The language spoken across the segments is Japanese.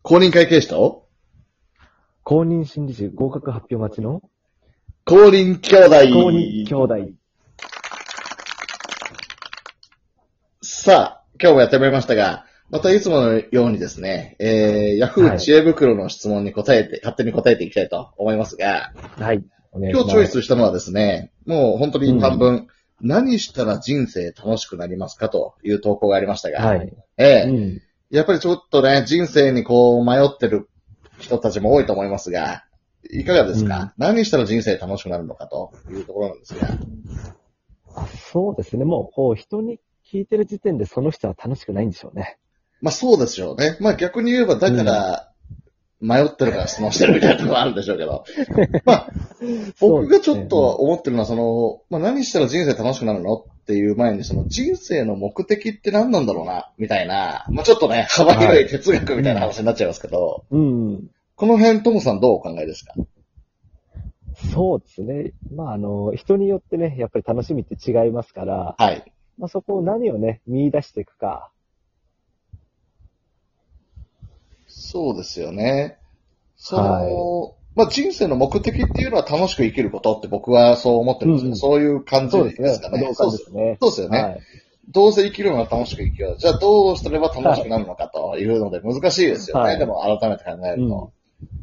公認会計士と公認心理師合格発表待ちの公認兄弟。 公認兄弟。 さあ、今日もやってまいりましたが、またいつものようにですね、ヤフー知恵袋の質問に勝手に答えていきたいと思いますが、 はい。お願いします。 今日チョイスしたのはですね、もう本当に短文、何したら人生楽しくなりますかという投稿がありましたが、 はい。 やっぱりちょっとね、人生にこう迷ってる人たちも多いと思いますが、いかがですか、何したら人生楽しくなるのかというところなんですが。 そうですね。もう、こう、人に聞いてる時点でその人は楽しくないんでしょうね。 まあそうでしょうね。まあ逆に言えば、だから、迷ってるから質問してるみたいなところあるんでしょうけど。まあ、僕がちょっと思ってるのは、まあ何したら人生楽しくなるのっていう前に、人生の目的って何なんだろうな、みたいな、まあちょっとね、幅広い哲学みたいな話になっちゃいますけど、この辺、トムさんどうお考えですか？ そうですね。まあ、人によってね、やっぱり楽しみって違いますから、 はい。 まあそこを何をね、見出していくか。 そうですよね。 はまあ人生の目的っていうのは楽しく生きることって僕はそう思ってるんですけど、そういう感じですかね。 同感ですね。 そうですよね。はい、どうせ生きるのは楽しく生きよう。じゃあどうすれば楽しくなるのかというので難しいですよね。はい、でも改めて考えると。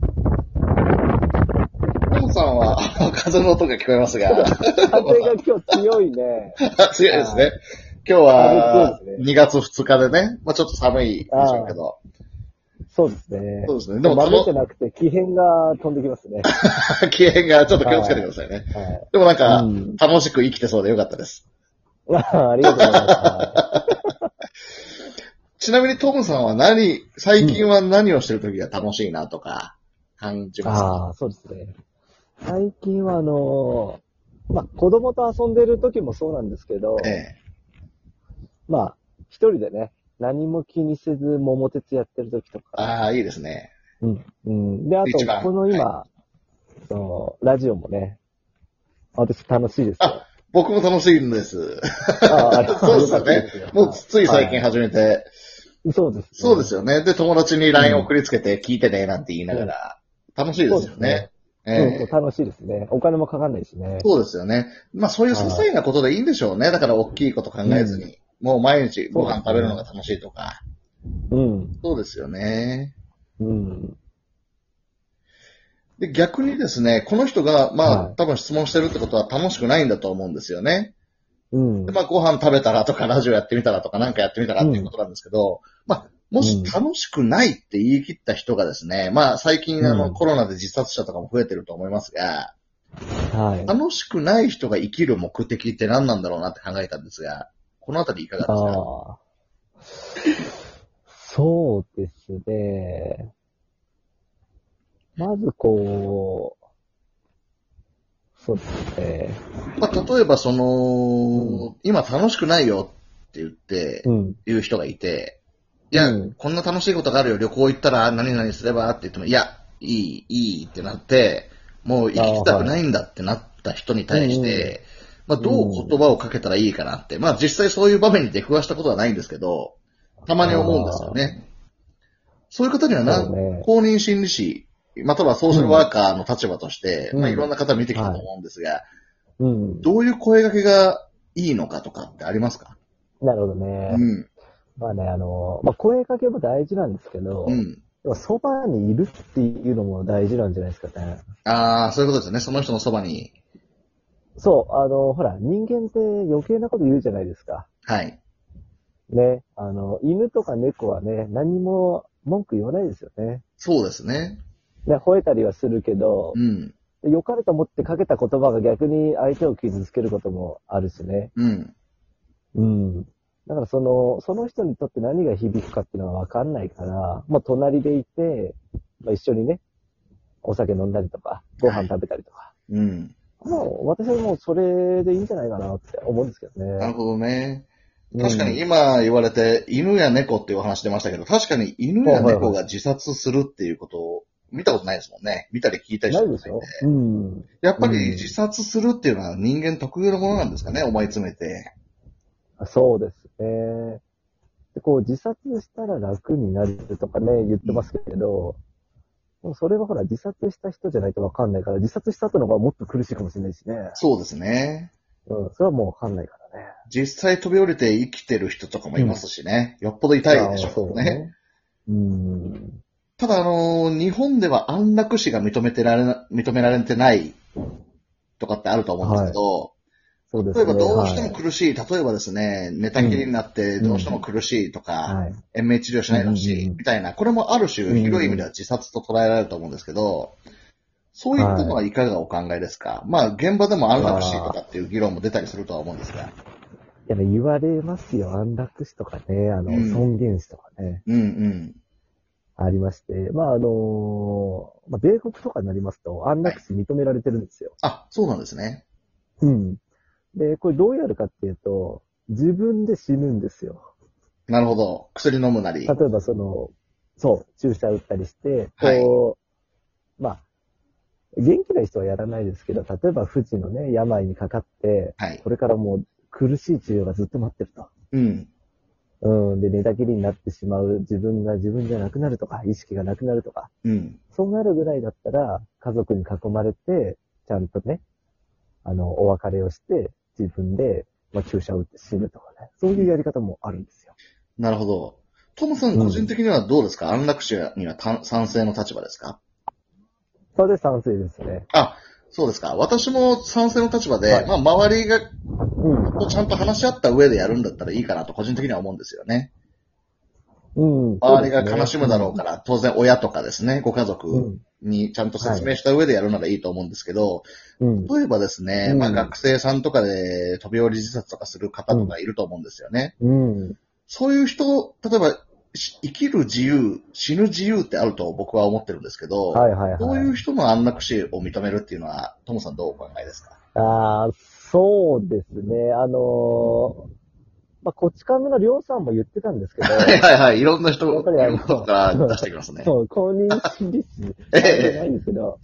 トムさんは、風の音が聞こえますが。 風が今日強いね。 強いですね。今日は2月2日でね、まあちょっと寒いでしょうけど。 そうですね。 そうですね。 でも豆じゃなくて、気変が飛んできますね。 気変がちょっと気をつけてくださいね。はい、でもなんか、楽しく生きてそうでよかったです。 ありがとうございます。 ちなみにトムさんは最近は何をしてる時が楽しいなとか感じますか？ ああ、そうですね。最近はまあ、子供と遊んでる時もそうなんですけど、まあ、一人でね、何も気にせず桃鉄やってる時とか。 ああ、いいですね。 で、あと、この今、ラジオもね、私楽しいですよ。 僕も楽しいんです。そうですよね。もうつい最近始めて。 そうです。 そうですよね。で、友達に LINE 送りつけて聞いてね、なんて言いながら。楽しいですよね。 楽しいですね。お金もかかんないしね。 そうですよね。まあそういう些細なことでいいんでしょうね。だから大きいこと考えずに。もう毎日ご飯食べるのが楽しいとか。そうですよね。で、逆にですね、この人が、まあ、多分質問してるってことは楽しくないんだと思うんですよね。で、まあ、ご飯食べたらとか、ラジオやってみたらとか、なんかやってみたらっていうことなんですけど、まあ、もし楽しくないって言い切った人がですね、まあ、最近コロナで自殺者とかも増えてると思いますが、楽しくない人が生きる目的って何なんだろうなって考えたんですが、このあたりいかがですか？ そうですね。まずそうですね。 まあ、例えば今楽しくないよって言って、言う人がいて、いや、こんな楽しいことがあるよ、旅行行ったら何々すればって言っても、いや、いいってなって、もう生きたくないんだってなった人に対して、まあ、どう言葉をかけたらいいかなって、まあ、実際そういう場面に出くわしたことはないんですけど、たまに思うんですよね。そういう方には公認心理師、またはソーシャルワーカーの立場として、まあいろんな方見てきたと思うんですが、どういう声掛けがいいのかとかってありますか？ なるほどね。まあね、まあ声掛けも大事なんですけど、そばにいるっていうのも大事なんじゃないですかね。 ああ、そういうことですね。その人のそばに。 そう、ほら、人間って余計なこと言うじゃないですか。 はい。 ね、犬とか猫はね、何も文句言わないですよね。 そうですね。 ね、吠えたりはするけど、良かれと思ってかけた言葉が逆に相手を傷つけることもあるしね。だからその人にとって何が響くかっていうのは分かんないから、もう隣でいて、まあ、一緒にね、お酒飲んだりとか、ご飯食べたりとか。もう、私はもうそれでいいんじゃないかなって思うんですけどね。 なるほどね。確かに今言われて、犬や猫っていうお話出ましたけど、確かに犬や猫が自殺するっていうことを見たことないですもんね。見たり聞いたりしてないんで。やっぱり自殺するっていうのは人間特有のものなんですかね、思い詰めて。 そうですね。 でこう自殺したら楽になるとかね、言ってますけど、もうそれはほら自殺した人じゃないとわかんないから、自殺した後の方がもっと苦しいかもしれないしね。 そうですね。 うん、それはもうわかんないからね。 実際飛び降りて生きてる人とかもいますしね。よっぽど痛いでしょうね。ただ日本では安楽死が認められてないとかってあると思うんですけど、そうですね。例えばどうしても苦しい、例えばですね、寝たきりになってどうしても苦しいとか、延命治療しないでほしいみたいな、これもある種広い意味では自殺と捉えられると思うんですけど、そういったのはいかがお考えですか？まあ現場でも安楽死とかっていう議論も出たりするとは思うんですが。いや、言われますよ。安楽死とかね、尊厳死とかね。ありまして、まあ米国とかになりますと安楽死認められてるんですよ。 あ、そうなんですね。 で、これどうやるかっていうと、自分で死ぬんですよ。 なるほど。薬飲むなり。 例えば注射打ったりして、まあ、元気な人はやらないですけど、例えば不治のね、病にかかって、これからもう苦しい治療がずっと待ってると。で、寝たきりになってしまう自分が自分じゃなくなるとか、意識がなくなるとか、そうなるぐらいだったら、家族に囲まれて、ちゃんとね、お別れをして、自分で、注射を打って死ぬとかね。そういうやり方もあるんですよ。 なるほど。トムさん個人的にはどうですか？安楽死には賛成の立場ですか？ それで賛成ですね。 あ、そうですか。私も賛成の立場で、まあ周りが、ちゃんと話し合った上でやるんだったらいいかなと個人的には思うんですよね。周りが悲しむだろうから、当然親とかですね、ご家族にちゃんと説明した上でやるならいいと思うんですけど、例えばですね、まあ学生さんとかで飛び降り自殺とかする方とかいると思うんですよね。そういう人、例えば生きる自由、死ぬ自由ってあると僕は思ってるんですけど、そういう人の安楽死を認めるっていうのは、トムさんどうお考えですか？ そうですね。こち亀のりょうさんも言ってたんですけど。 いろんな人から出してきますね。 そう、公認心理師じゃないんですけど。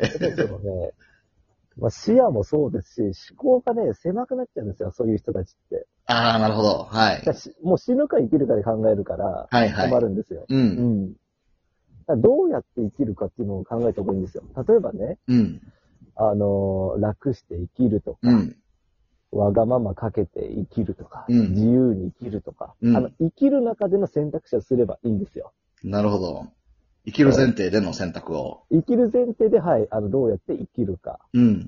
視野もそうですし、思考がね、狭くなっちゃうんですよ、そういう人たちって。 なるほど。 もう死ぬか生きるかで考えるから、困るんですよ。どうやって生きるかっていうのを考えた方がいいんですよ。例えばね、楽して生きるとか、わがままかけて生きるとか、自由に生きるとか、生きる中での選択肢をすればいいんですよ。 なるほど。生きる前提での選択を。 生きる前提で、どうやって生きるか。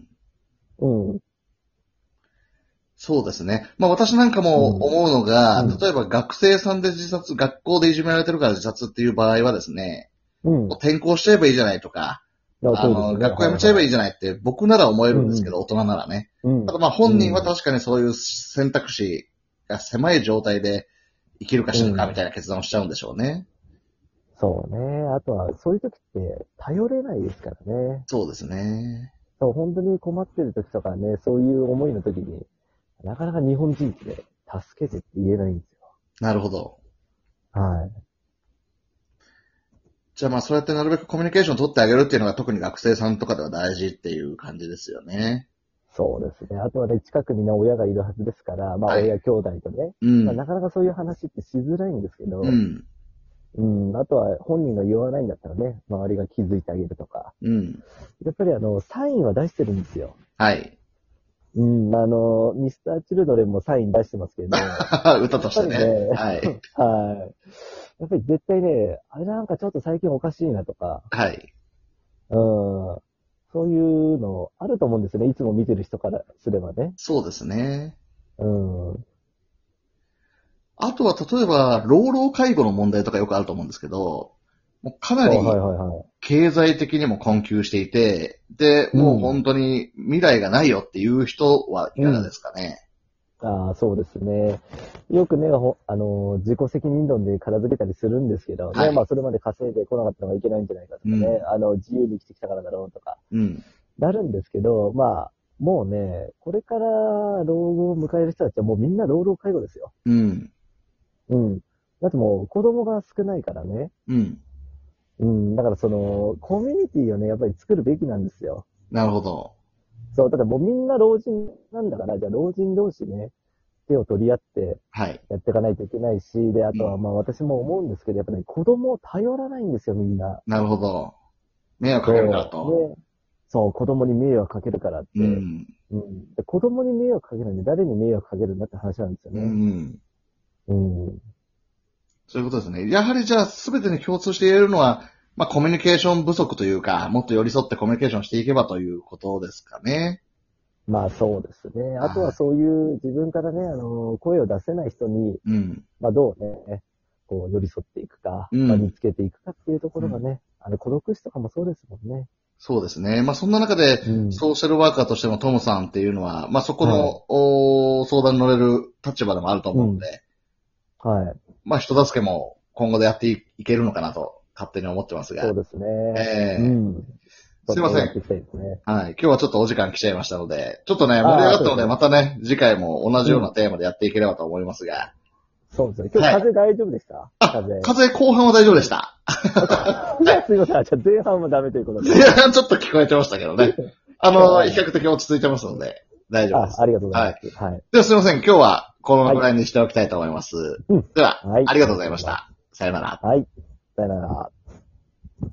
そうですね。まあ私なんかも思うのが、例えば学生さんで学校でいじめられてるから自殺っていう場合はですね、転校しちゃえばいいじゃないとか、学校辞めちゃえばいいじゃないって僕なら思えるんですけど、大人ならね。ただまあ本人は確かにそういう選択肢が狭い状態で生きるか死ぬかみたいな決断をしちゃうんでしょうね。 そうね。あとは、そういう時って頼れないですからね。 そうですね。 本当に困ってる時とかね、そういう思いの時に、なかなか日本人って助けてって言えないんですよ。 なるほど。じゃあまあそうやってなるべくコミュニケーションを取ってあげるっていうのが特に学生さんとかでは大事っていう感じですよね。 そうですね。あとはね、近くにね、親がいるはずですから、親兄弟とね、なかなかそういう話ってしづらいんですけど、あとは本人が言わないんだったらね、周りが気づいてあげるとか。やっぱりサインは出してるんですよ。ミスター・チルドレンもサイン出してますけど。 歌としてね。 やっぱり絶対ね、あれなんかちょっと最近おかしいなとか。そういうのあると思うんですよね。いつも見てる人からすればね。 そうですね。あとは例えば、老老介護の問題とかよくあると思うんですけど、もうかなり経済的にも困窮していて、で、もう本当に未来がないよっていう人はいかがですかね。 そうですね。よくね、自己責任論で片付けたりするんですけど、それまで稼いでこなかったのがいけないんじゃないかとかね、自由に生きてきたからだろうとか、なるんですけど、もうね、これから老後を迎える人たちはもうみんな老老介護ですよ。だってもう子供が少ないからね。だからコミュニティをね、やっぱり作るべきなんですよ。 なるほど。 そう、ただもうみんな老人なんだから、じゃあ老人同士ね、 手を取り合って、 はい。 やっていかないといけないし、で、あとはまあ私も思うんですけど、やっぱね、子供を頼らないんですよ、みんな。 なるほど。迷惑かけるからと。 そう、子供に迷惑かけるからって。うん。で子供に迷惑かけるのに誰に迷惑かけるんだって話なんですよね。うん。 そういうことですね。やはりじゃあ、すべてに共通して言えるのは、まあ、コミュニケーション不足というか、もっと寄り添ってコミュニケーションしていけばということですかね。 まあそうですね。あとはそういう自分からね、声を出せない人に、まあどうね、こう寄り添っていくか、まあ見つけていくかっていうところがね、孤独死とかもそうですもんね。 そうですね。まあそんな中で、ソーシャルワーカーとしてのトムさんっていうのは、まあそこの、相談に乗れる立場でもあると思うので、 はい。 まあ人助けも今後でやっていけるのかなと勝手に思ってますが。 そうですね。 すいません。はい。今日はちょっとお時間来ちゃいましたので、ちょっとね、盛り上がったので、またね、次回も同じようなテーマでやっていければと思いますが。 そうですね。今日風大丈夫でした？ 風後半は大丈夫でした。 すいません。じゃあ前半はダメということで。 いや、ちょっと聞こえてましたけどね。比較的落ち着いてますので、大丈夫です。 ありがとうございます。 はい。ではすいません。今日はこのぐらいにしておきたいと思います。では、ありがとうございました。さよなら。 はい。さよなら。